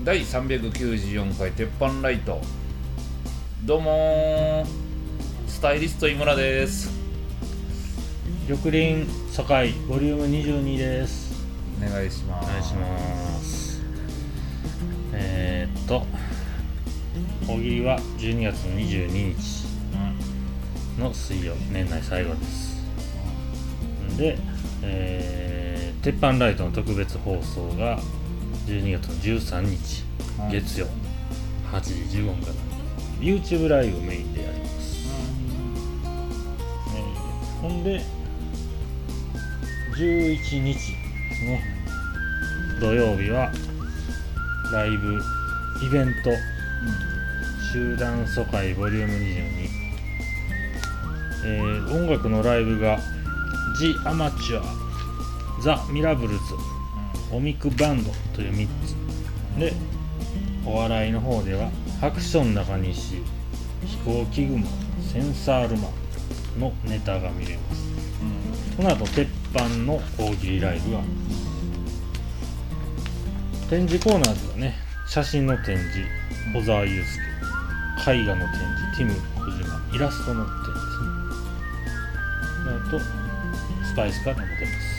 第394回鉄板ライト。どうもスタイリスト井村です。 玉林堺ボリューム22です。 お願いします。 お願いします。大喜利は12月の22日の水曜、年内最後です。で、鉄板ライトの特別放送が12月の13日、月曜8時15分から YouTube ライブメインでやります。ほんで11日ですね、土曜日はライブイベント、集団疎開ボリューム22、音楽のライブがジ・アマチュア、ザ・ミラブルズ、オミクバンドという3つで、お笑いの方ではハクション中西、飛行機雲、センサールマンのネタが見れます。この後鉄板の大喜利ライブが、展示コーナーではね、写真の展示小沢祐介、絵画の展示ティム小島、イラストの展示ですね。あとスパイスカレーも出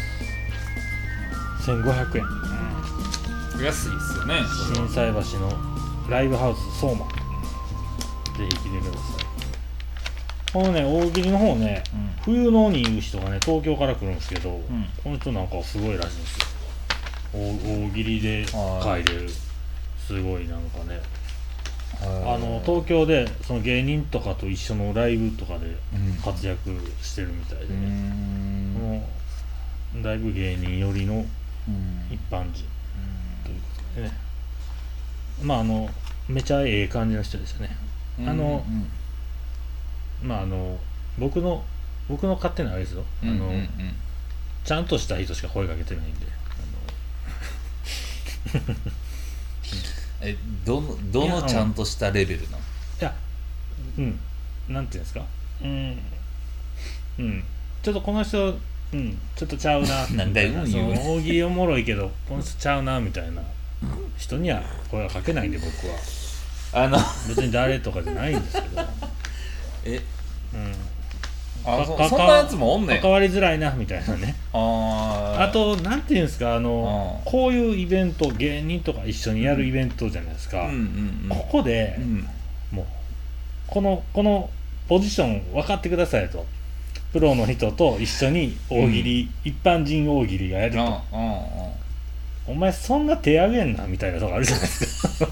ます。1500円、 安いですよね。 心斎橋のライブハウスソーマ、ぜひ来てください。このね、大喜利の方ね、冬のに言う人がね、東京から来るんですけど、この人なんかすごいらしいんですよ。大喜利で書いてる、すごいなんかね、東京でその芸人とかと一緒のライブとかで活躍してるみたいでね、もうだいぶ芸人寄りの一般人ということでね、まあめちゃええ感じの人ですよね。僕の勝手なあれですよ、ちゃんとした人しか声かけてないんで、 どのちゃんとしたレベルなの？ いや、なんていうんですか、ちょっとこの人、ちょっとちゃうななんだよ、 その大喜利おもろいけどこの人ちゃうなみたいな人には声はかけないんで、僕は別に誰とかじゃないんですけどそんなやつもおんねん。 関わりづらいなみたいなね。あとなんていうんですか、こういうイベント、芸人とか一緒にやるイベントじゃないですか、ここで、もうこのポジション分かってくださいと、プロの人と一緒に大喜利、一般人大喜利がやると、お前そんな手上げんなみたいなとこあるじゃないですか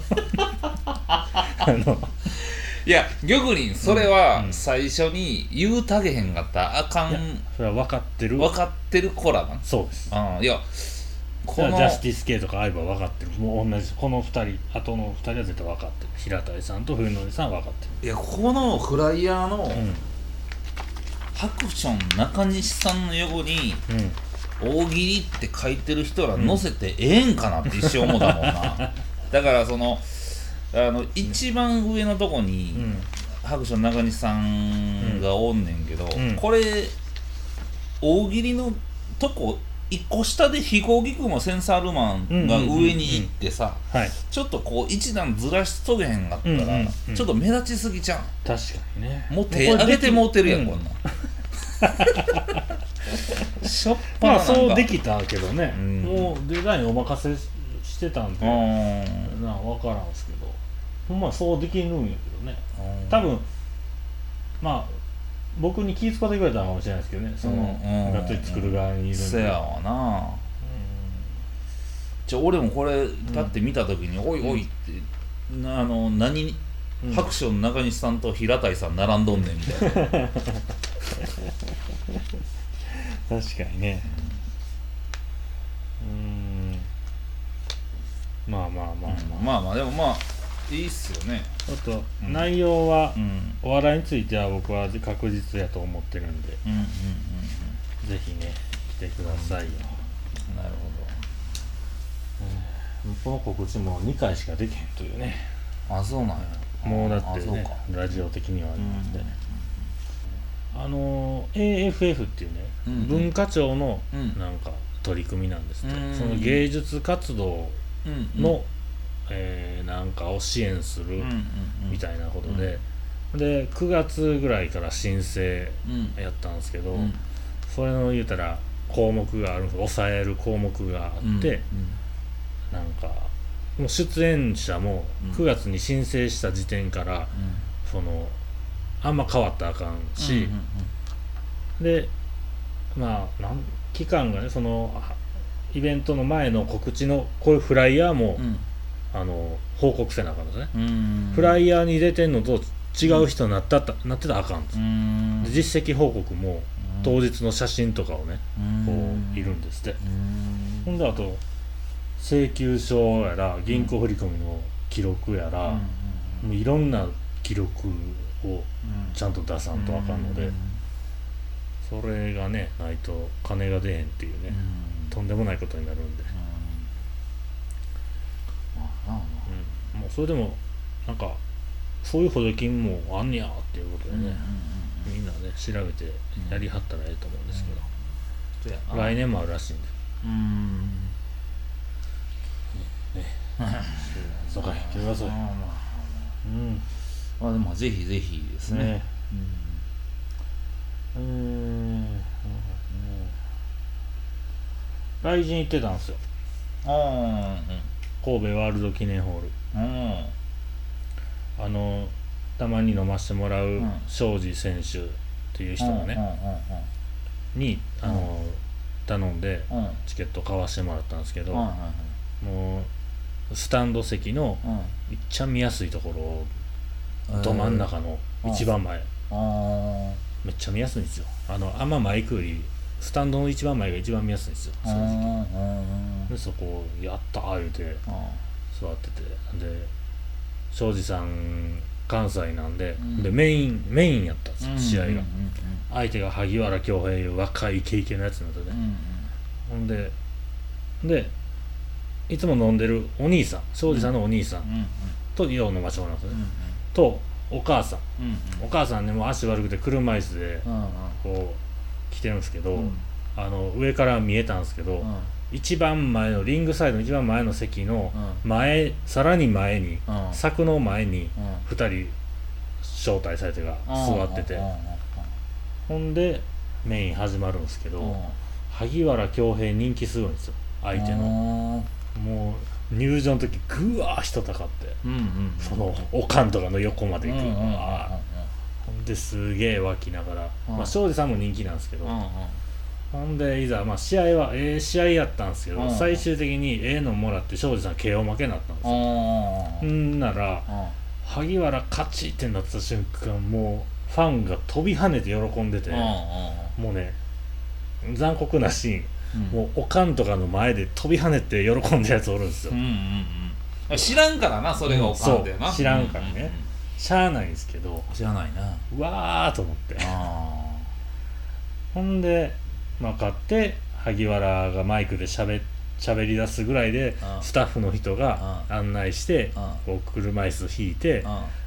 いや、玉林それは最初に言うたげへんかったらあかん。 それは分かってる子らなん。 そうです。 いや、 ジャスティス系とか相葉分かってる。もう同じ、この2人、後の2人は絶対分かってる。平田さんと冬野さんは分かってる。 いや、このフライヤーの、ハクション中西さんの横に、大喜利って書いてる人ら載せてええんかなって一瞬思ったもんな。だから一番上のとこに、ハクション中西さんがおんねんけど、これ大喜利のとこ一個下で飛行機雲センサールマンが上に行ってさ、ちょっとこう一段ずらしとけへんかったら、ちょっと目立ちすぎちゃう。 確かにね。 もう手上げてもうてるやん、こんなんしょっぱな。 まあそうできたけどね、もうデザインお任せしてたんで分からんすけど、ほんまそうできるんやけどね。多分まあ僕に気遣ってくれたのかもしれないですけどね、そのがっつり作る側にいるんで。 せやわな。俺もこれ立って見た時に、おいおいって何ハクション中西さんと平田さん並んどんねんみたいな確かにね。まあでもまあいいっすよね。 あと内容は、お笑いについては僕は確実やと思ってるんで、ぜひね来てくださいよ。 なるほど。この告知も2回しかできへんというね。 そうなんや。 もうだってね、ラジオ的にはありまして、AFF っていうね、文化庁のなんか取り組みなんですって、その芸術活動の、 なんかを支援するみたいなことで、で9月ぐらいから申請やったんですけど、それの言うたら項目があるんです。抑える項目があって、なんかもう出演者も9月に申請した時点から、そのあんま変わったらあかんし、でまあ期間がね、そのイベントの前の告知のこういうフライヤーも、報告せなあかんですね。フライヤーに出てんのと違う人になってたらあかんです。で実績報告も当日の写真とかをね、こういるんですって。ほんであと請求書やら銀行振込の記録やら、もういろんな記録をちゃんと出さんとあかんので、それがねないと金が出へんっていうね、とんでもないことになるんで、もうそれでもなんかそういう補助金もあんねやっていうことでね、みんなね調べてやりはったらええと思うんですけど、来年もあるらしいんで、そうか、来てください。 まあでもぜひぜひですね。 来人行ってたんですよ。神戸ワールド記念ホール。たまに飲ませてもらう庄司選手っていう人がね、に頼んでチケット買わせてもらったんですけど、もうスタンド席のいっちゃ見やすいところ、ど真ん中の一番前、めっちゃ見やすいんですよ。あんまマイクよりスタンドの一番前が一番見やすいんですよ、正直。でそこやったー言うて座ってて、で庄司さん関西なんで、でメインやったんですよ、試合が。相手が萩原恭平いう若いイケイケのやつなんでね、ほんでいつも飲んでるお兄さん、庄司さんのお兄さんとよう飲ませてもらうんですよね、とお母さん、お母さんねもう足悪くて車椅子でこう来てるんですけど、上から見えたんですけど、一番前のリングサイドの一番前の席の前、さらに前に、柵の前に2人招待されてが座ってて、ほんでメイン始まるんですけど、萩原恭平人気すごいんですよ、相手の。もう入場の時ぐわー人高って、そのおかんとかの横まで行く、ほんですげえ湧きながら、庄司さんも人気なんですけど、ほんでいざ、試合は試合やったんですけど、最終的にのもらって庄司さん KO 負けになったんですよ。んなら萩原勝ちってなった瞬間、もうファンが飛び跳ねて喜んでて、もうね残酷なシーン、もうおかんとかの前で飛び跳ねて喜んだやつおるんですよ。 知らんからな、それがおかんだよな。 そう知らんからね、しゃあないんですけど、 知らないな。 うわーと思って、ほんで勝って萩原がマイクでしゃべり出すぐらいで、スタッフの人が案内して、こう車椅子引いて、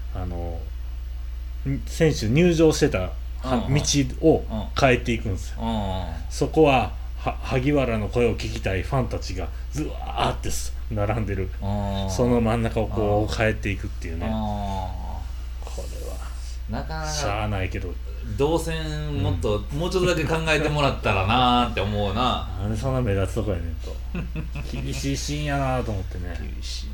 選手入場してた道を変えていくんですよ。そこは萩原の声を聞きたいファンたちがずわーって並んでる、その真ん中をこう変えていくっていうね、これはなかなかしゃあないけど、 動線もうちょっとだけ考えてもらったらなーって思うな。 なんでそんな目立つとこやねんと厳しいシーンやなと思ってね。 厳しい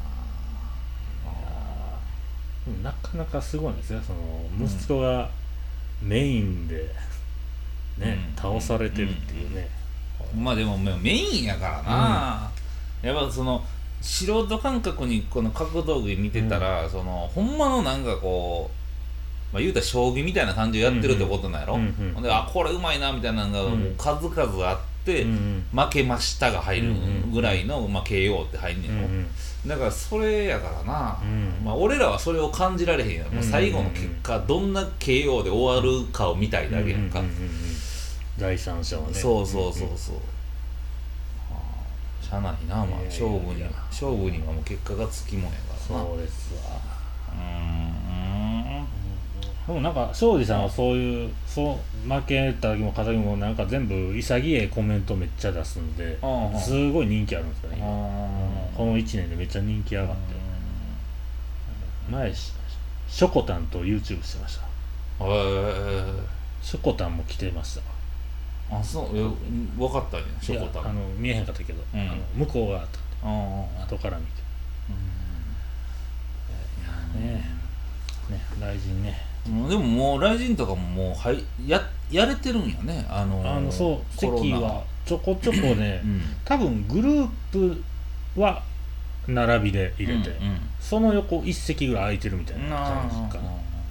な。なかなかすごいんですよ、その息子がメインでね、倒されてるっていうね。 まあでもメインやからな、やっぱその素人感覚にこの格闘技見てたら、そのほんまのなんかこう、言うたら将棋みたいな感じをやってるってことなんやろ。ほんでこれうまいなみたいなのがもう数々あって、負けましたが入るぐらいの、KO って入んねんの。だからそれやからな、俺らはそれを感じられへんやん。もう最後の結果どんな KO で終わるかを見たいだけやんか。 第三者はね。 そうしゃあないな、勝負にはもう結果がつきもんやからな。 そうですわ。でもなんか庄司さんはそういう負けた時も勝った時もなんか全部潔いコメントめっちゃ出すんで、すごい人気あるんですよね今。 この1年でめっちゃ人気上がって、前しょこたんと YouTube してました。しょこたんも来てました。 あ、そう、分かったんや、しょこたん。 見えへんかったけど、向こう側と後から見て、雷神ね。 でももう雷神とかももうやれてるんやね。 そう席はちょこちょこね、多分グループは並びで入れて、その横1席ぐらい空いてるみたいな感じかな。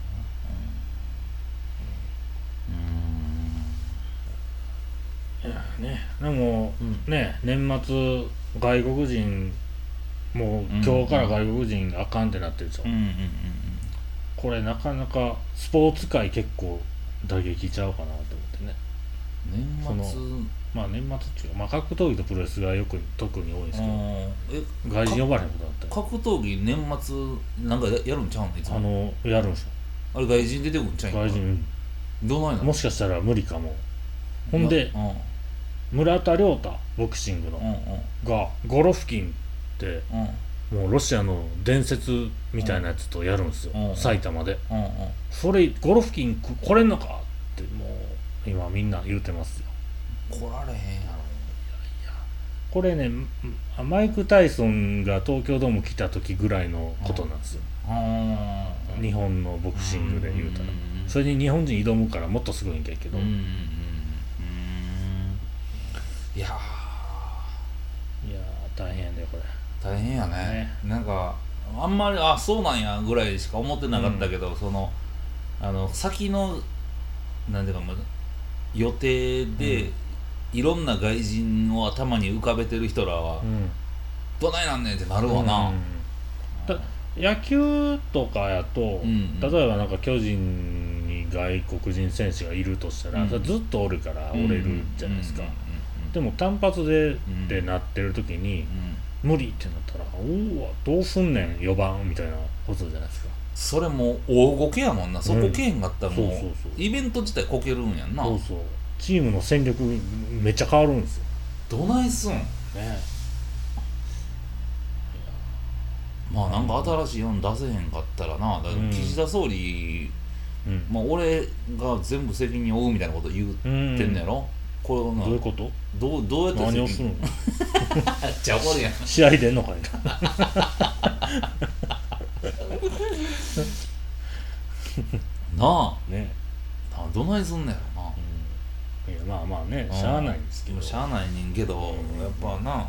でも、ね、年末外国人もう今日から外国人あかんってなってるでしょ。これなかなかスポーツ界結構打撃ちゃうかなと思ってね。年末っていうか、格闘技とプロレスが特に多いんですけど、外人呼ばれへんことだったり。 格闘技年末なんかやるんちゃうの？いつもやるんですよ。 あれ外人出てくるんちゃうの？外人どないなの？ もしかしたら無理かも。ほんで、村田亮太ボクシングのがゴロフキンってもうロシアの伝説みたいなやつとやるんですよ、埼玉で。それゴロフキン来れんのかってもう今みんな言うてますよ。 来られへんやろ。 これね、マイク・タイソンが東京ドーム来た時ぐらいのことなんですよ、日本のボクシングで言うたら。それに日本人挑むからもっとすごいんだけど、いや大変だよこれ。 大変やね。なんかあんまりそうなんやぐらいしか思ってなかったけど、その先のなんていうか予定で、いろんな外人を頭に浮かべてる人らは、どないなんねんってなるわな。野球とかやと、例えばなんか巨人に外国人選手がいるとしたら、ずっとおるから折れるじゃないですか。でも単発でってなってる時に、無理ってなったら、どうすんねん4番みたいなことじゃないですか。 それも大ごけやもんな。そこけへんかったらもうイベント自体こけるんやんな。 そうそう、チームの戦力めっちゃ変わるんですよ。 どないすんね。まあなんか新しい案出せへんかったらな。だから岸田総理、俺が全部責任を負うみたいなこと言ってんのやろ。これどういうこと？ どうやって何をするの？ じゃあ怒るやん。 試合出んのかいな。なあね、 どないすんねやろな。 いやまあね、しゃあないんですけど。 しゃあないねんけど、やっぱな。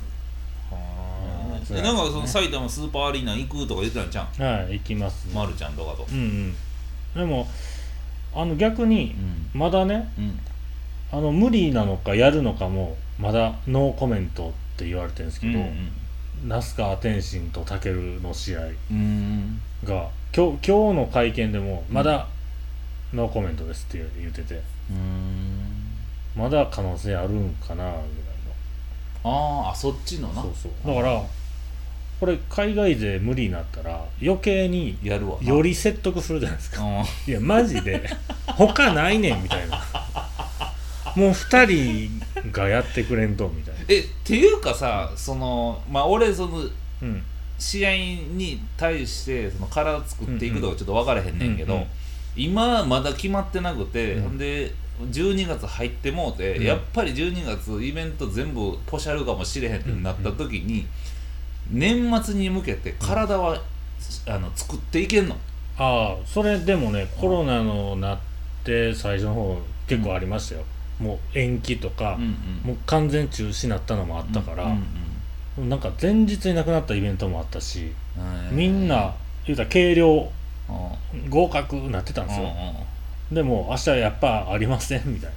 なんかその埼玉スーパーアリーナ行くとか言ってたんちゃう？ はい、行きます、 まるちゃんとかと。 でも逆にまだね、無理なのかやるのかもまだノーコメントって言われてるんですけど、那須川天心と武の試合が今日の会見でもまだノーコメントですって言ってて、まだ可能性あるんかなぐらいの。そっちのな。 そうだからこれ海外勢無理になったら余計にやるわより説得するじゃないですか。いやマジで他ないねんみたいな。もう2人がやってくれんとみたいな。 っていうかさ、俺試合に対して体作っていくとかちょっと分からへんねんけど、今まだ決まってなくて、で12月入ってもうて、やっぱり12月イベント全部ポシャるかもしれへんってなった時に、年末に向けて体は作っていけんの？ それでもね、コロナのなって最初の方結構ありましたよ。もう延期とか、もう完全中止になったのもあったから、なんか前日になくなったイベントもあったし、みんな言うたら計量合格になってたんですよ。でも明日やっぱありませんみたい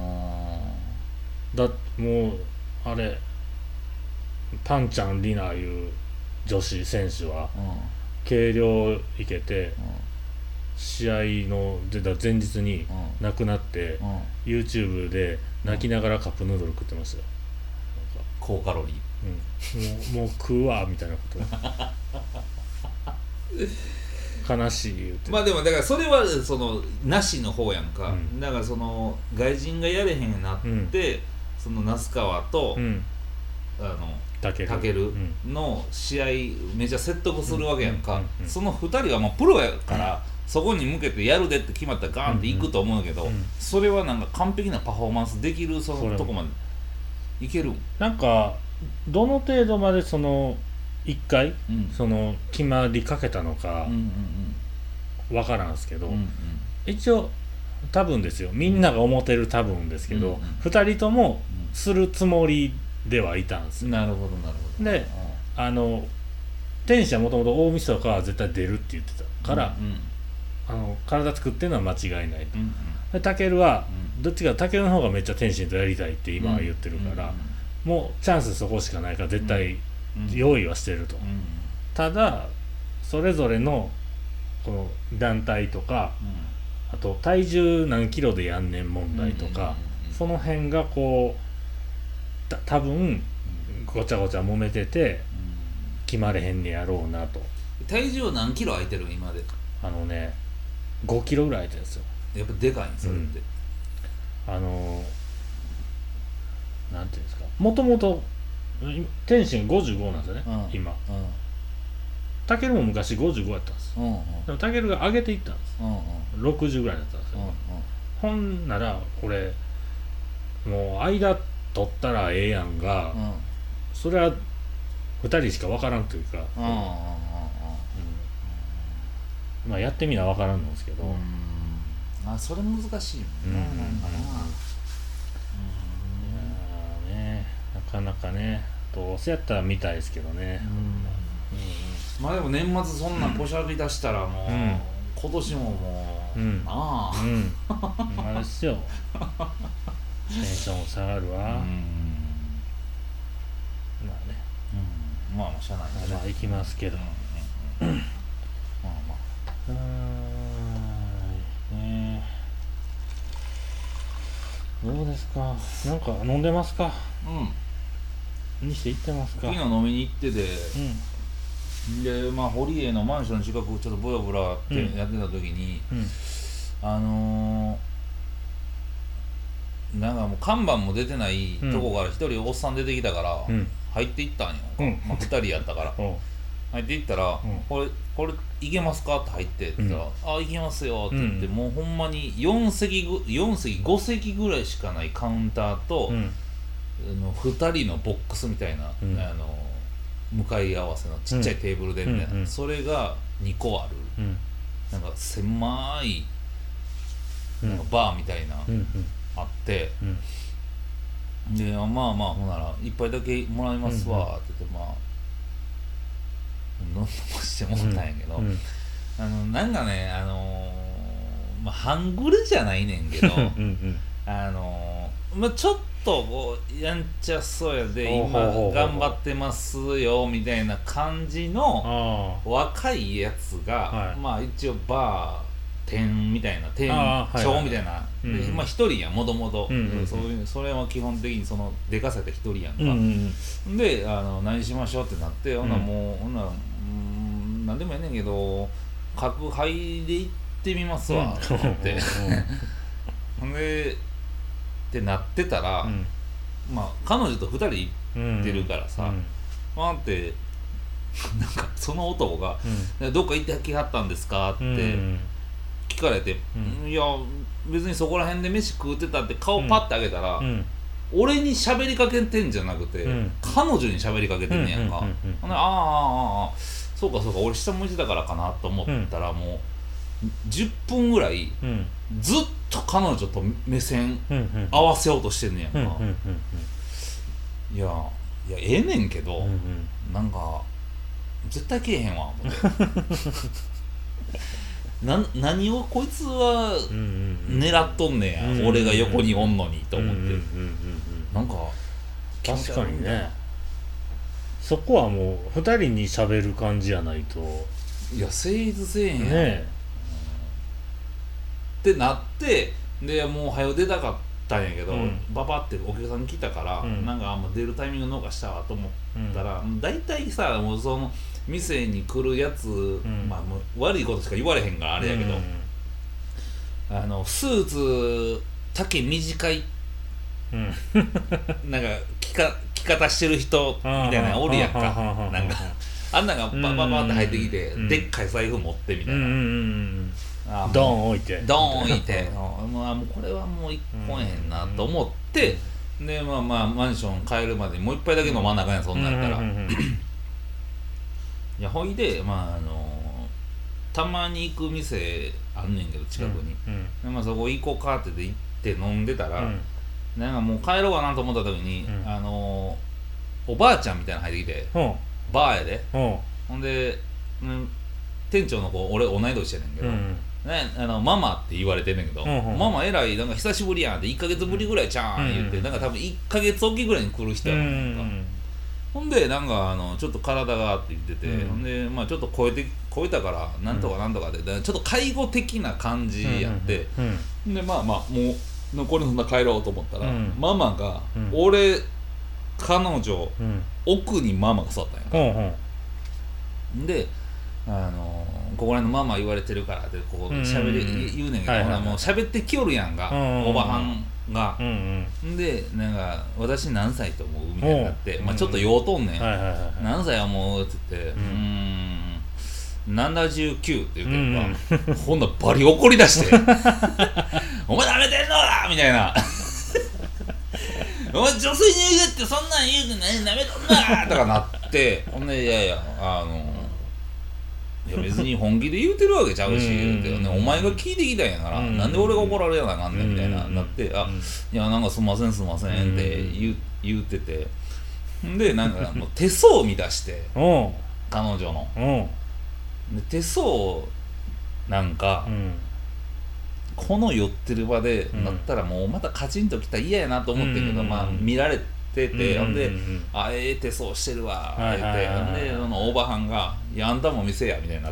な。もうあれパンちゃんリナいう女子選手は計量いけて、試合の前日に亡くなって、YouTube で泣きながらカップヌードル食ってましたよ。 高カロリー、もう食うわみたいなこと悲しい言うて。 でもだからそれはなしの方やんか、だから外人がやれへんようになって、那須川とタケルの試合めちゃ説得するわけやんか、その2人はまあプロやから、そこに向けてやるでって決まったらガーンっていくと思うんだけど、それはなんか完璧なパフォーマンスできるそのとこまでいけるん？ なんかどの程度までその1回、その決まりかけたのか分からんすけど、一応多分ですよ、みんなが思ってる多分ですけど、2人ともするつもりではいたんですよ。 なるほどなるほど。 で天使はもともと大晦日は絶対出るって言ってたから、体作ってるのは間違いないと。でタケルは、どっちかタケルの方がめっちゃ天心とやりたいって今は言ってるから、もうチャンスそこしかないから絶対用意はしてると。ただそれぞれのこの団体とか、あと体重何キロでやんねん問題とか、その辺がこう多分ごちゃごちゃ揉めてて決まれへんねやろうなと。 体重は何キロ空いてる今で？ 5キロぐらい空いてるんですよ。 やっぱでかいんそれって、 なんていうんですか、もともと天心55なんですよね、今。タケルも昔55やったんです、でもタケルが上げていったんです、60ぐらいだったんですよ、ほんならこれもう間取ったらええやんが、それは2人しか分からんというか、まあやってみな分からんのですけど、 それ難しいもんな、なんかなかなかね、どうせやったら見たいですけどね。 まあでも年末そんなポシャり出したらもう、今年ももう、 あれっすよ、テンション下がるわ。まあね、 まあしゃあないんでね、 まあ行きますけど、どうですか、なんか飲んでますか？にして行ってますか？ 昨日飲みに行ってて、でまあ堀江のマンションの近くちょっとブラブラってやってた時に、なんかもう看板も出てないとこから一人おっさん出てきたから入っていったんよ、まあ、2人やったから入っていったら「これいけますか?」って入ってって言ったら「あ、いけますよ」って言って、もうほんまに4席5席ぐらいしかないカウンターと、2人のボックスみたいな、向かい合わせのちっちゃいテーブルでみたいな、それが2個ある、なんか狭いなんかバーみたいな、あって、でまあまあほんなら一杯だけもらいますわって言って、まあ飲ましてもらったんやけど、なんかねまあ半グレじゃないねんけどまあちょっとこうやんちゃそうやで今頑張ってますよみたいな感じの若いやつが、まあ一応バー店みたいな店長みたいな、まあ一人やんもともと、それは基本的にその出かせた一人やんか、で何しましょうってなって、ほんなもうほんな何でもええねんけど角杯で行ってみますわって言ってほんでってなってたら、まあ彼女と2人行ってるからさ、まあってなんかその男が「どっか行ってきはったんですか?」って聞かれて「いや別にそこら辺で飯食うてた」って顔パッて上げたら、俺に喋りかけてんじゃなくて、彼女に喋りかけてんねやんか。ああそうか俺下向いてたからかなと思ったら、もう10分ぐらいずっと彼女と目線合わせようとしてんねやんか。いやええねんけど、なんか絶対けえへんわ思って何をこいつは狙っとんねや、俺が横におんのにと思って、なんか確かにね、そこはもう2人に喋る感じやないと、 いや成立せえへんやん、 ねってなって、でもう早う出たかったんやけど、ババってお客さん来たから、なんかもう出るタイミング逃したわと思ったら、大体さもうその店に来るやつ、まあもう悪いことしか言われへんからあれやけど、スーツ丈短い、なんか着方してる人みたいなおるやんか。なんかあんなんがバババって入ってきて、でっかい財布持ってみたいな、 ドーン置いてもうこれはもう一個えへんなと思って、でまあマンション帰るまでにもう一杯だけ飲まなあかんやん、そんなんやったら。いやほいでたまに行く店あんねんけど近くに、でまあそこ行こうかって行って飲んでたら、なんかもう帰ろうかなと思った時に、おばあちゃんみたいなの入ってきて、バーやで、ほんで、店長の子俺同い年やねんけど、ね、ママって言われてんねんけど、ママえらいなんか久しぶりやんって1ヶ月ぶりぐらいちゃうん言って、なんか多分1ヶ月おきぐらいに来る人やねんか。ほんでなんかちょっと体がって言ってて、ほんでまあちょっと超えたからなんとかなんとかで、ちょっと介護的な感じやって、でまあもう残りそんな帰ろうと思ったら、ママが、俺彼女、奥にママが座ったんや、でここらのママ言われてるからってここ喋り言うねんけど、もう喋ってきよるやんか、おばはんが、でなんか私何歳と思うみたいになって、ちょっと酔うとんねん、何歳思うって言って79って言ってるか、ほんならバリ怒り出してお前なめてんのだみたいなお前女性に言うってそんなん言うて何なめとんなとかなって、ほんでいや別に本気で言うてるわけちゃうし、お前が聞いてきたんやから、なんで俺が怒られやなあかんねんみたいなって、いやなんかすんませんって言ってて、でなんか手相を見出して彼女ので手相なんか、この寄ってる場でなったらもうまたカチンときたら嫌やなと思ってんけど、見られてて、ほんで手相してるわって言って、でおばはんが「いやあんたも店や」みたいになって、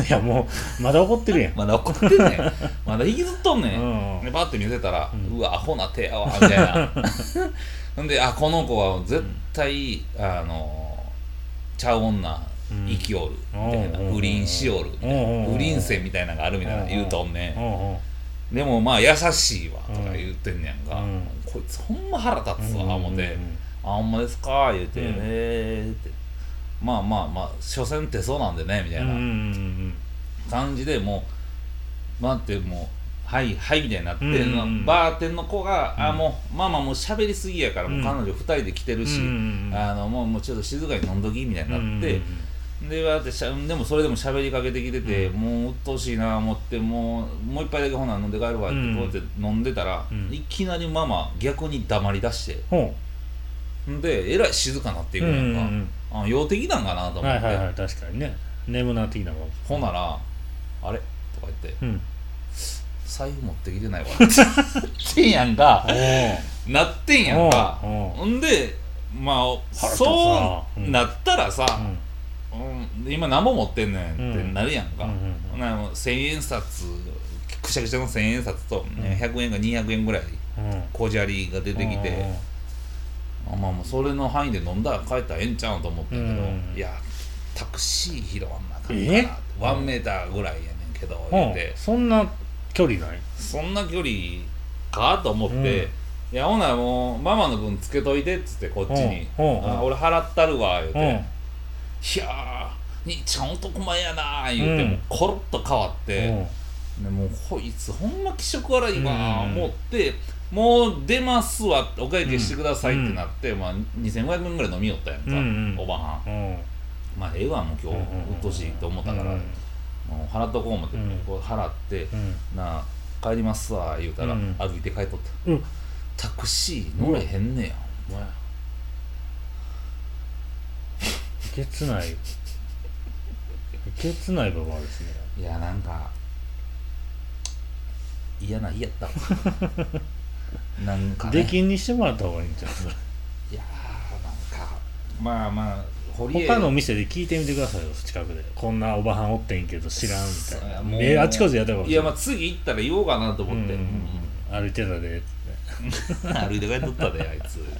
いやもうまだ怒ってるやんまだ怒ってんねんまだ引きずっとんねん、でバッて見せたら「うわアホな手やわ」みたいなほんでこの子は絶対ちゃう女生きおるみたいな、不倫しおるみたいな、不倫線みたいなのがあるみたいな言うとんねん。でもまあ優しいわとか言ってんねやんか、こいつほんま腹立つわ思って「ほんまですか」言うて「ってまあ所詮手相なんでね」みたいな感じでもう待ってもうはいはいみたいになって、バーテンの子がもうママもう喋りすぎやからもう彼女2人で来てるし、もうちょっと静かに飲んどきみたいになって、でもそれでも喋りかけてきてて、もう鬱陶しいな思って、もう一杯だけほな飲んで帰るわってこうやって飲んでたら、いきなりママ逆に黙りだして、でえらい静かなっていくやんか、陽的なんかなと思って、 確かにね、眠なってきたのほんなら「あれ?」とか言って「財布持ってきてないわ」ってんやんかなってんやんか。ほんでまあそうなったらさ、今何本持ってんねんってなるやんか。1000円札くしゃくしゃの1000円札と100円か200円ぐらい小砂利が出てきて、もうそれの範囲で飲んだら帰ったらええんちゃうんと思ってんけど、いやタクシー拾わんなあかんからって1メーターぐらいやねんけど言うて、 そんな距離ない？ そんな距離かと思って、いやほなもうママの分つけといてっつってこっちに俺払ったるわ言うて、いや兄ちゃん男前やな言うて、もうコロッと変わって、もうこいつほんま気色悪いわ思って、もう出ますわお会計してくださいってなって、2500円ぐらい飲みよったやんか、おばはん。まあええわもう今日うっとうしいと思ったから、もう払っとこう思って、こう払って、なあ帰りますわ言うたら、歩いて帰っとった。タクシー乗れへんねや。 えげつない部分あるですね。 いやなんか嫌な日やったわなんかね、 出禁にしてもらった方がいいんちゃう？ いやなんかまあ他の店で聞いてみてくださいよ、近くでこんなおばはんおってんけど知らんみたいな、あちこちやったかもしれない。 いや次行ったら言おうかなと思って、 歩いてたで歩いて帰っとったであいつ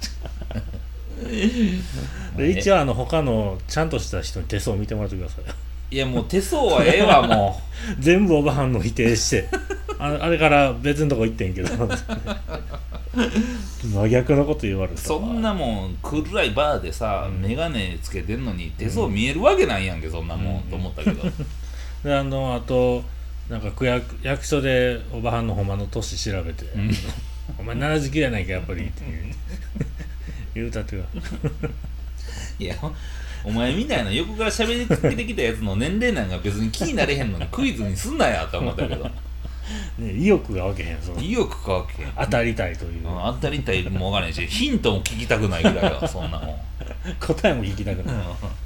で一応他のちゃんとした人に手相見てもらってください。 いやもう手相はええわもう全部おばはんの否定してあれから別のとこ行ってんけど真逆のこと言われた。 そんなもん暗いバーでさ、眼鏡つけてんのに手相見えるわけないやんけ、そんなもん、と思ったけどであとなんか役所でおばはんのほんまの年調べて、お前79やないかやっぱりって言うたっていやお前みたいな横から喋りかけてきたやつの年齢なんか別に気になれへんのにクイズにすんなやって思ったけどね、意欲がわけへん、その意欲かわけへん、 当たりたいという、 当たりたいもわからへんしヒントも聞きたくないぐらいはそんなもん答えも聞きたくない、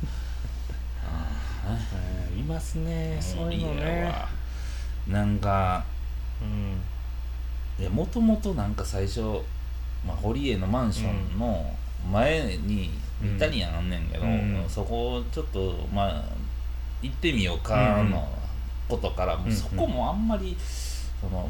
いますね、そういうのね。 なんかもともとなんか最初、堀江のマンションの前にイタリアンあんねんけど、そこちょっと行ってみようかのことから、もうそこもあんまりその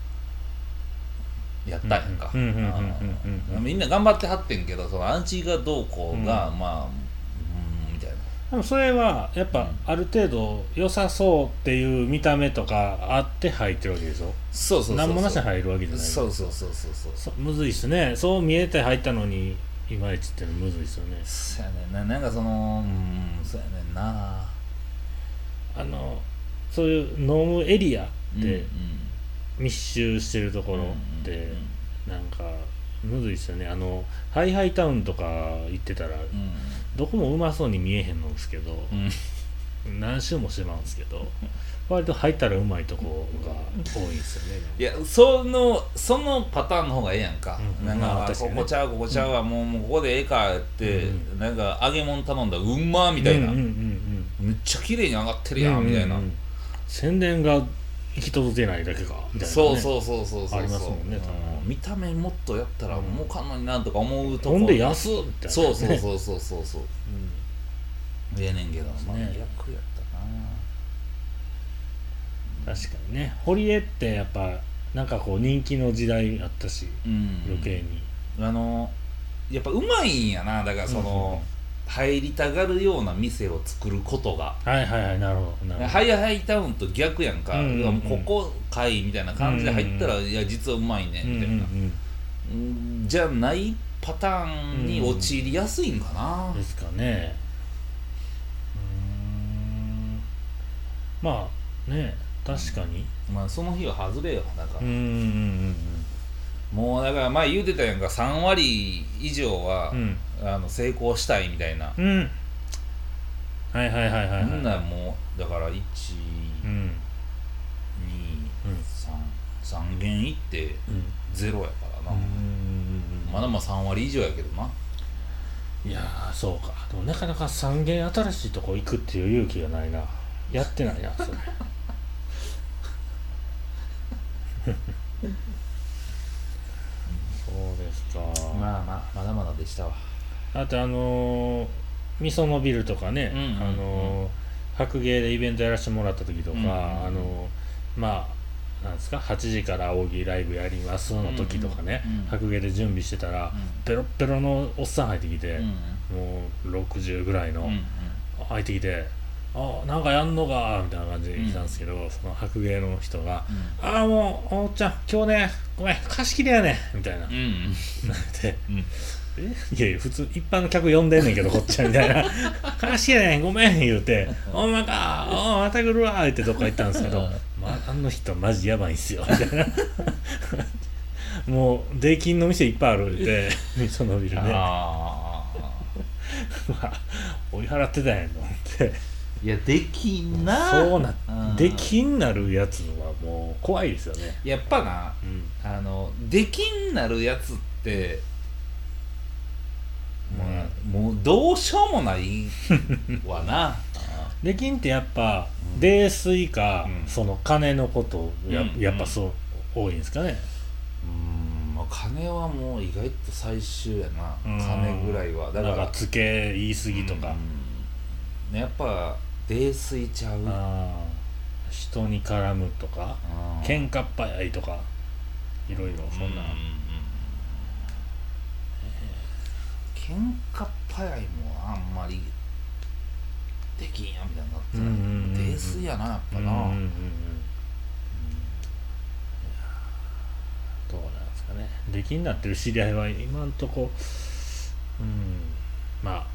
やったやんか、みんな頑張ってはってんけど、その味がどうこうが、みたいな。 でもそれはやっぱある程度良さそうっていう見た目とかあって入ってるわけでしょ。 そうそうそうそう、 何もなしに入るわけじゃない。 そうむずいっすね。そう見えて入ったのにいまいちっていうのむずいっすよね。 そうやねんな、なんかそのそうやねんな、 そういう飲むエリアで密集してるところってなんかむずいっすよね。ハイハイタウンとか行ってたら、どこもうまそうに見えへんのですけど、何周もしてまうんですけど、割と入ったらうまいとこが多いんですよね。 いや、そのパターンの方がええやんか、なんか、ここちゃうわ、もうここでええかって、なんか揚げ物頼んだらうんまみたいな、めっちゃ綺麗に揚がってるやんみたいな、 宣伝が行き届いてないだけかみたいな、ね、 そうありますもんね。 見た目もっとやったら儲かんのになとか思うとこ、 ほんで安っみたいな、 そうええねんけど、逆やったな。確かにね、堀江ってやっぱなんかこう人気の時代あったし、余計にやっぱうまいんやな。だからその、入りたがるような店を作ることが、 なるほど。 ハイハイタウンと逆やんか、ここかいみたいな感じで入ったら、いや実はうまいねみたいな、じゃないパターンに陥りやすいんかな、 ですかね。まあね、確かに、 その日は外れよ。だからもうだから前言うてたやんか、3割以上は、成功したいみたいな、みんなもうだから1、2、3軒行ってゼロやからな、まだ3割以上やけどな。 いやーそうか。でもなかなか3軒新しいとこ行くっていう勇気がないな。やってないなそれそうですか。 まだまだでしたわ。 あとみそのビルとかね、白芸でイベントやらせてもらった時とか、なんですか、8時から大喜利ライブやりますの時とかね、白芸で準備してたら、ペロッペロのおっさん入ってきて、もう60ぐらいの、入ってきて、なんかやんのかみたいな感じで来たんですけど、その白芸の人が、もうおっちゃん今日ねごめん貸し切りやねみたいな、なって、いやいや普通一般の客呼んでんねんけどこっちはみたいな貸し切りやねんごめん言うて、お前かまた来るわってどっか行ったんですけど、あの人マジやばいんすよみたいなもう出禁の店いっぱいあるってそのビルね追い払ってたんやと思って。 いやできんな、 できんなるやつはもう怖いですよね。 やっぱな、できんなるやつってもうどうしようもないわなできんってやっぱ泥酔か、その金のことやっぱそう多いんですかね。 金はもう意外と最終やな、金ぐらいは。だからなんかつけ言い過ぎとか、 やっぱ泥酔ちゃう、 人に絡むとか、喧嘩っ早いとか、いろいろそんな、 喧嘩っ早いもあんまりできんやみたいになって、泥酔やなやっぱな。 どうなんですかかね出禁になってる知り合いは今んとこまあ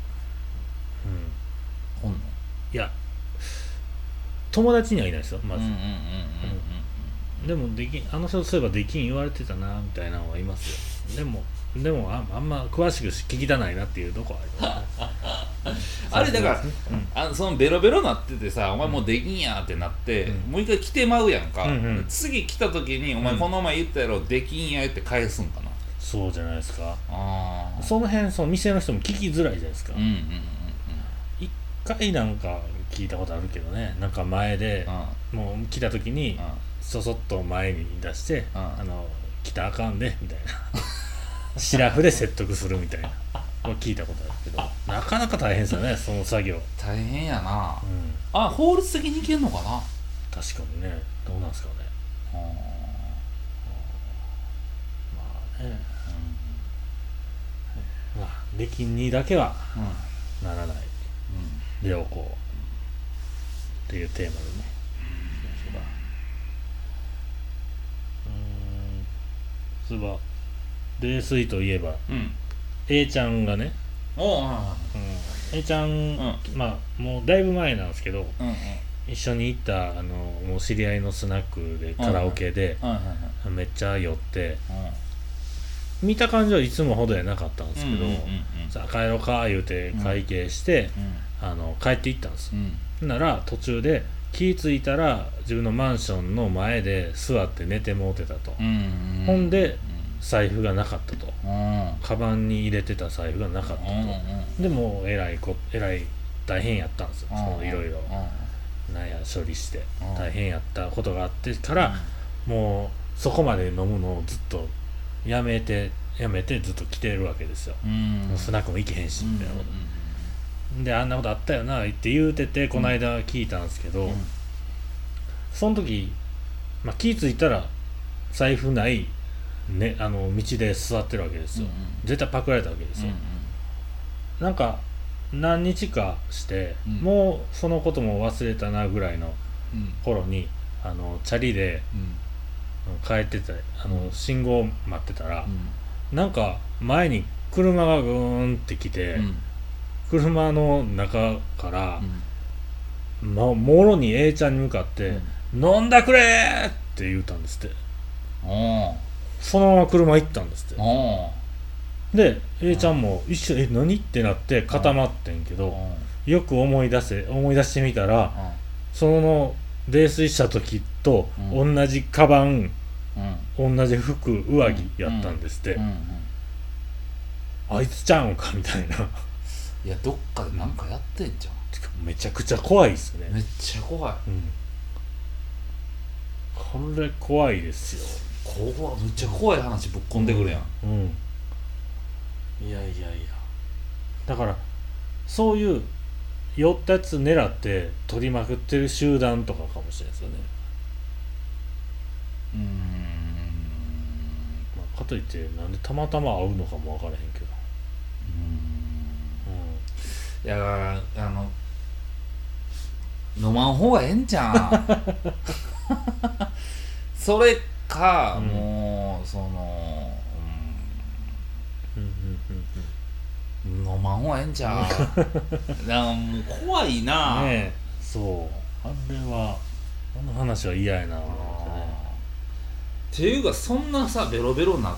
ほんのいや友達にはいないですよまずでもできんあの人そういえばできん言われてたなみたいなのはいますよ。でもあんま詳しく聞きたないなっていうとこはありますあれだから、そのベロベロなっててさ、お前もうできんやってなって、もう一回来てまうやんか、次来た時にお前この前言ったやろ、できんやって返すんかな。 そうじゃないですか。その辺その店の人も聞きづらいじゃないですか。一回なんか聞いたことあるけどね、なんか前でもう来た時にそそっと前に出して来たらあかんでみたいなシラフで説得するみたいなこれ聞いたことあるけど、なかなか大変ですよねその作業。 大変やな。法律的にいけんのかな。 確かにね、どうなんですかね。まあね、まあ出禁にだけはならない良好っていうテーマでね。そういえば泥酔といえば、A ちゃんがね、A ちゃん、まあもうだいぶ前なんですけど、一緒に行ったもう知り合いのスナックでカラオケでめっちゃ酔って、見た感じはいつもほどやなかったんですけど、さあ帰ろうか言うて会計して、帰って行ったんです。なら途中で気ぃ付いたら自分のマンションの前で座って寝てもうてたと。ほんで財布がなかったと。カバンに入れてた財布がなかったと。でもえらい大変やったんですよ。いろいろなんや処理して大変やったことがあってから、もうそこまで飲むのをずっとやめてずっと来てるわけですよ。もうスナックも行けへんしみたいなこと。であんなことあったよなって言うててこの間聞いたんですけど、その時、気ぃ付いたら財布ないね、道で座ってるわけですよ。絶対パクられたわけですよ。なんか何日かして、もうそのことも忘れたなぐらいの頃に、チャリで、帰ってて信号待ってたら、なんか前に車がグーンって来て、車の中から、もろに A ちゃんに向かって「飲んだくれ!」って言うたんですって。そのまま車行ったんですって。で A ちゃんも一瞬何ってなって固まってんけど、よく思い出してみたら、その泥酔した時と同じカバン、同じ服上着やったんですって。あいつちゃうんかみたいな。 いやどっかでなんかやってんじゃん。 めちゃくちゃ怖いっすね。 めっちゃ怖い。 これ怖いですよ。 めっちゃ怖い話ぶっこんでくるやん。 いやだからそういう酔ったやつ狙って取りまくってる集団とかかもしれないですよね。かといってなんでたまたま会うのかも分からへんけど。 いや飲まん方がええんちゃんそれか、もう飲まん方がええんちゃうもう怖いなね。そうあの話は嫌やな思ってね。 っていうかそんなさベロベロになって、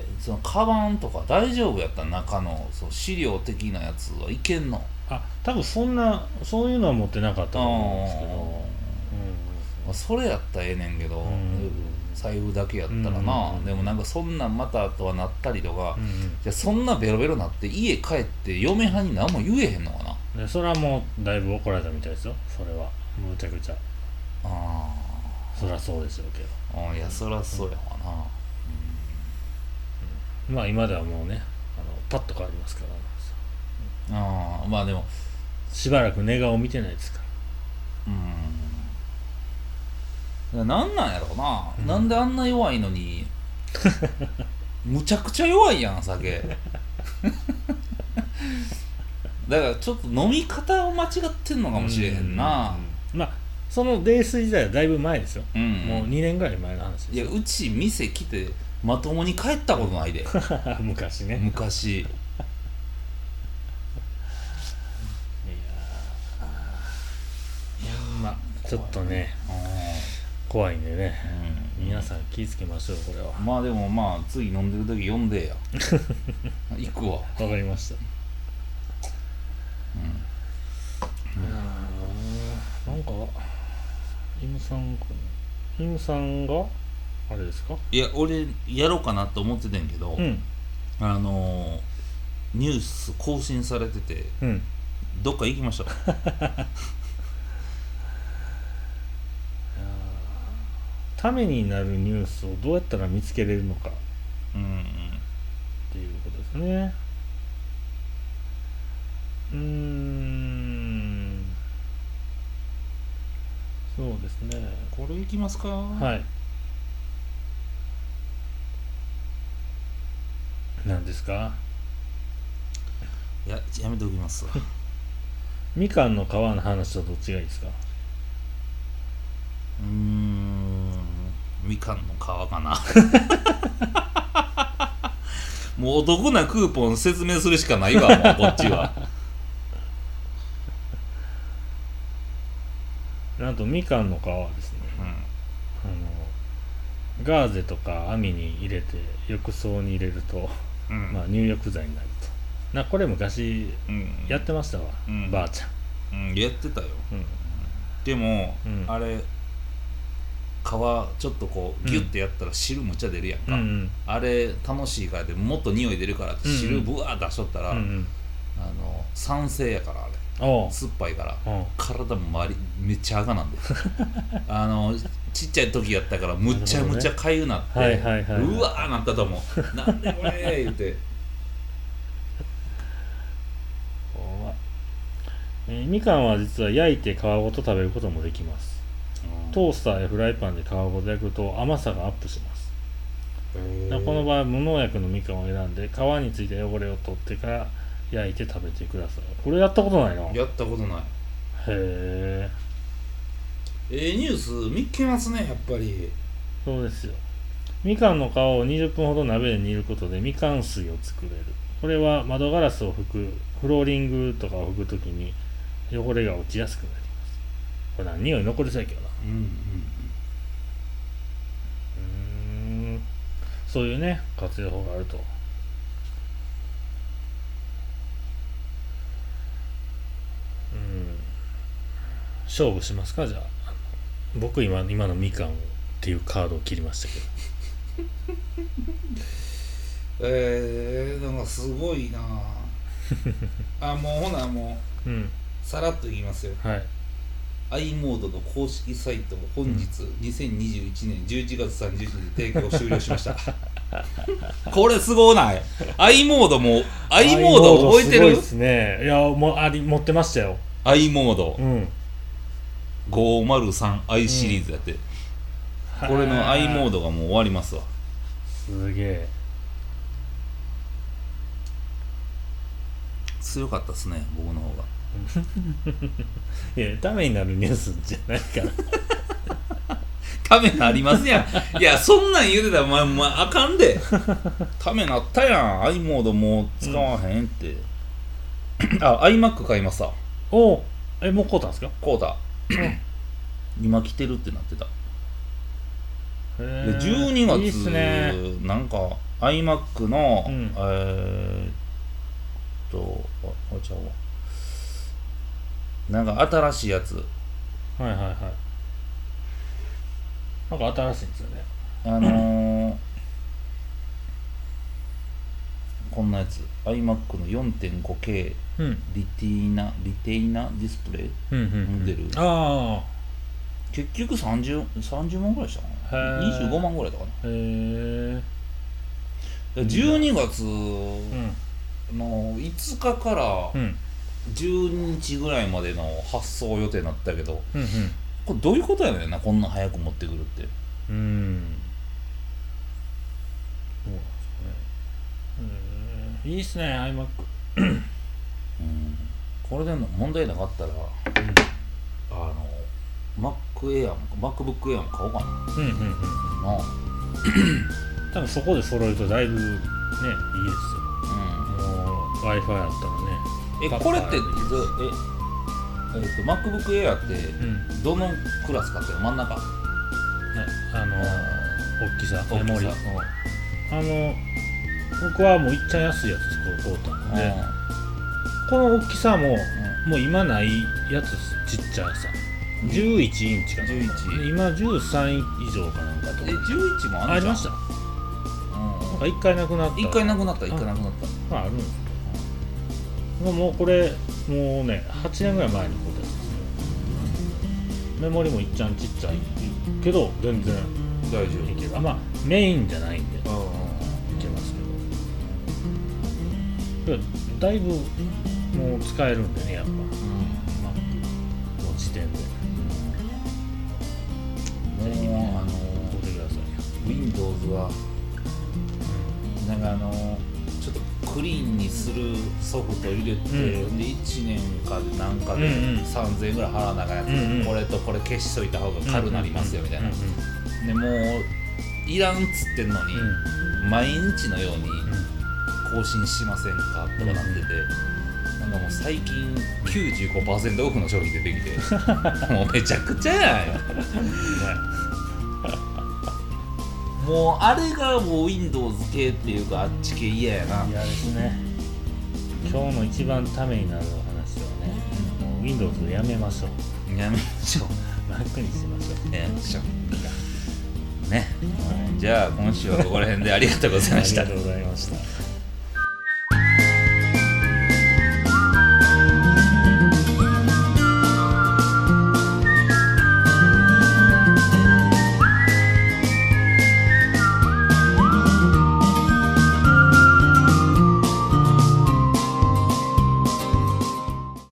そのカバンとか大丈夫やった中の資料的なやつはいけんの？ 多分そういうのは持ってなかったと思うんですけど、 それやったらええねんけど、財布だけやったらな。でもなんかそんなんまたとはなったりとか、じゃそんなベロベロなって家帰って嫁はんに何も言えへんのかな。 でそれはもうだいぶ怒られたみたいですよ。それはむちゃくちゃ。そりゃそうですよけど。 いやそりゃそうやわな。 今ではもうねパッと変わりますから。 でもしばらく寝顔見てないですから。 なんなんやろうな、なんであんな弱いのにむちゃくちゃ弱いやん酒だからちょっと飲み方を間違ってんのかもしれへんな。 その泥酔時代はだいぶ前ですよ。もう2年ぐらい前の話です。 いやうち店来てまともに帰ったことないで昔ね。 昔。 いやまあちょっとね怖いんでね、皆さん気ぃつけましょう。これはまあでもまあ次飲んでる時呼んでや行くわ。 わかりました。なんかイムさんがあれですか？ いや俺やろうかなと思ってたんやけど、ニュース更新されてて、どっか行きましたためになるニュースをどうやったら見つけれるのかっていうことですね。そうですね。 これいきますか？ はい。何ですか？ いややめておきますわみかんの皮の話とどっちがいいですか？ みかんの皮かなもうお得なクーポン説明するしかないわもうこっちはなんとみかんの皮はですね、ガーゼとか網に入れて浴槽に入れると、まあ入浴剤になると。これ昔やってましたわ、ばあちゃん。 やってたよ、でも、あれ皮ちょっとこうギュッてやったら汁むっちゃ出るやんか、あれ楽しいからでもっと匂い出るからって汁ブワー出しとったら、酸性やからあれ酸っぱいから体もめっちゃ赤なんでちっちゃい時やったからむちゃむちゃかゆなって、うわーなったと思うなんでこれ言うてみかんは実は焼いて皮ごと食べることもできます。トースターやフライパンで皮ごと焼くと甘さがアップします。この場合無農薬のみかんを選んで皮についた汚れを取ってから焼いて食べてください。これやったことないな。 やったことない。 へえ。ニュース見っけますねやっぱり。 そうですよ。みかんの皮を20分ほど鍋で煮ることでみかん水を作れる。これは窓ガラスを拭くフローリングとかを拭くときに汚れが落ちやすくなります。これ匂い残りそうやけどな。そういうね活用法があると。勝負しますか？じゃあ僕今のみかんっていうカードを切りましたけどなんかすごいなもうほなもう、さらっと言いますよ。 はい。 i モードの公式サイトも本日、2021年11月30日で提供終了しましたこれすごない？ i モードも i モード覚えてる？ すごいですね。いやもう持ってましたよ i モード、503i シリーズやって、これの i モードがもう終わりますわ。 すげえ強かったっすね僕の方がいやためになるニュースじゃないからためになりますやん。いやそんなん言うてたらあかんでためなったやん。 i モードもう使わへんって、iMac 買いますわ。 もう買うたんですか？ 買うた今来てるってなってた。で12月いいっすね。 なんか iMac の、ちゃうわ、なんか新しいやつ、 なんか新しいんですよね。 こんなやつ iMac の 4.5K、リテイナディスプレイモデル、結局30万ぐらいしたかな。25万ぐらいだかな。12月の5日から12日ぐらいまでの発送予定になったけど、これどういうことやねんな、こんな早く持ってくるって。 そうなんですね。いいっすね iMac これでも問題なかったら、MacBook Air も買おうかな。 多分そこで揃えるとだいぶねいいですよ、もう Wi-Fi あったらね。 これってMacBook Air ってどのクラスかっていうの？真ん中？ 大きさ、メモリ。僕はもういっちゃ安いやつ買うたんで、この大きさも、もう今ないやつちっちゃいさ、11インチかな。11。今13以上かなんかと。 11もあるじゃん。 ありました。なんか1回なくなった。 1回なくなった。 まああるんですけど。もうこれもうね8年ぐらい前に買ったやつですよ。メモリもいっちゃんちっちゃいけど全然大丈夫。 いける。まあメインじゃないんでいけますけど。だいぶもう使えるんでねやっぱ。Mac の時点で。 もう買ってください。 Windows はなんかちょっとクリーンにするソフト入れて、で1年かで何かで3000円ぐらい払わなあかんやつ、これとこれ消しといた方が軽なりますよみたいな、でもういらんっつってんのに、毎日のように更新しませんかとかなってて、なんかもう最近 95% オフの商品出てきてもうめちゃくちゃやんよもうあれがもう Windows 系っていうかあっち系嫌やな。 嫌ですね。今日の一番ためになる話はね、もう Windows やめましょう。 やめましょう。 楽にしましょう。 やめましょうね、じゃあ今週はここら辺でありがとうございました。 ありがとうございました。